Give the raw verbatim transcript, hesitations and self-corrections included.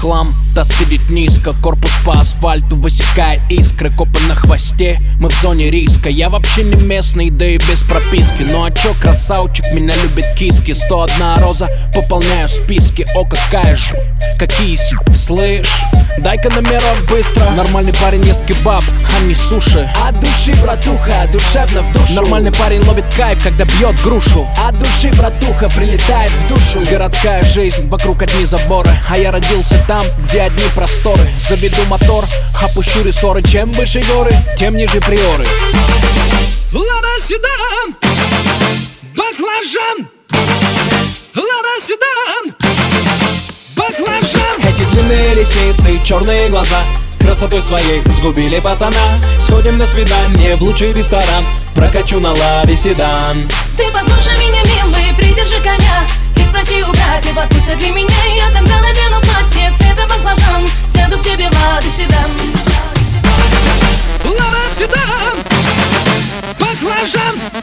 хлам, таз сидит низко, корпус по асфальту высекает искры. Копы на хвосте, мы в зоне риска. Я вообще не местный, да и без прописки. Ну а чё, красавчик, меня любит киски. Сто одна роза, пополняю списки. О, какая же, какие си, слышь, дай-ка номеров быстро. Нормальный парень ест кебаб, а не суши. От души, братуха, душевно в душу. Нормальный парень ловит кайф, когда бьет грушу. От души, братуха, прилетает в душу. Городская жизнь, вокруг одни заборы, а я родился там, где одни просторы. Заведу мотор, опущу рессоры. Чем выше горы, тем ниже приоры. Лада седан, баклажан. Лада седан, баклажан. Эти длинные ресницы, черные глаза красотой своей сгубили пацана. Сходим на свидание в лучший ресторан, прокачу на ладе седан. Ты послушай меня, милый, придержи коня и спроси у братьев, отпустят ли меня. Я тогда надену платье цвета баклажан, сяду к тебе в ладе седан. Лада седан, баклажан.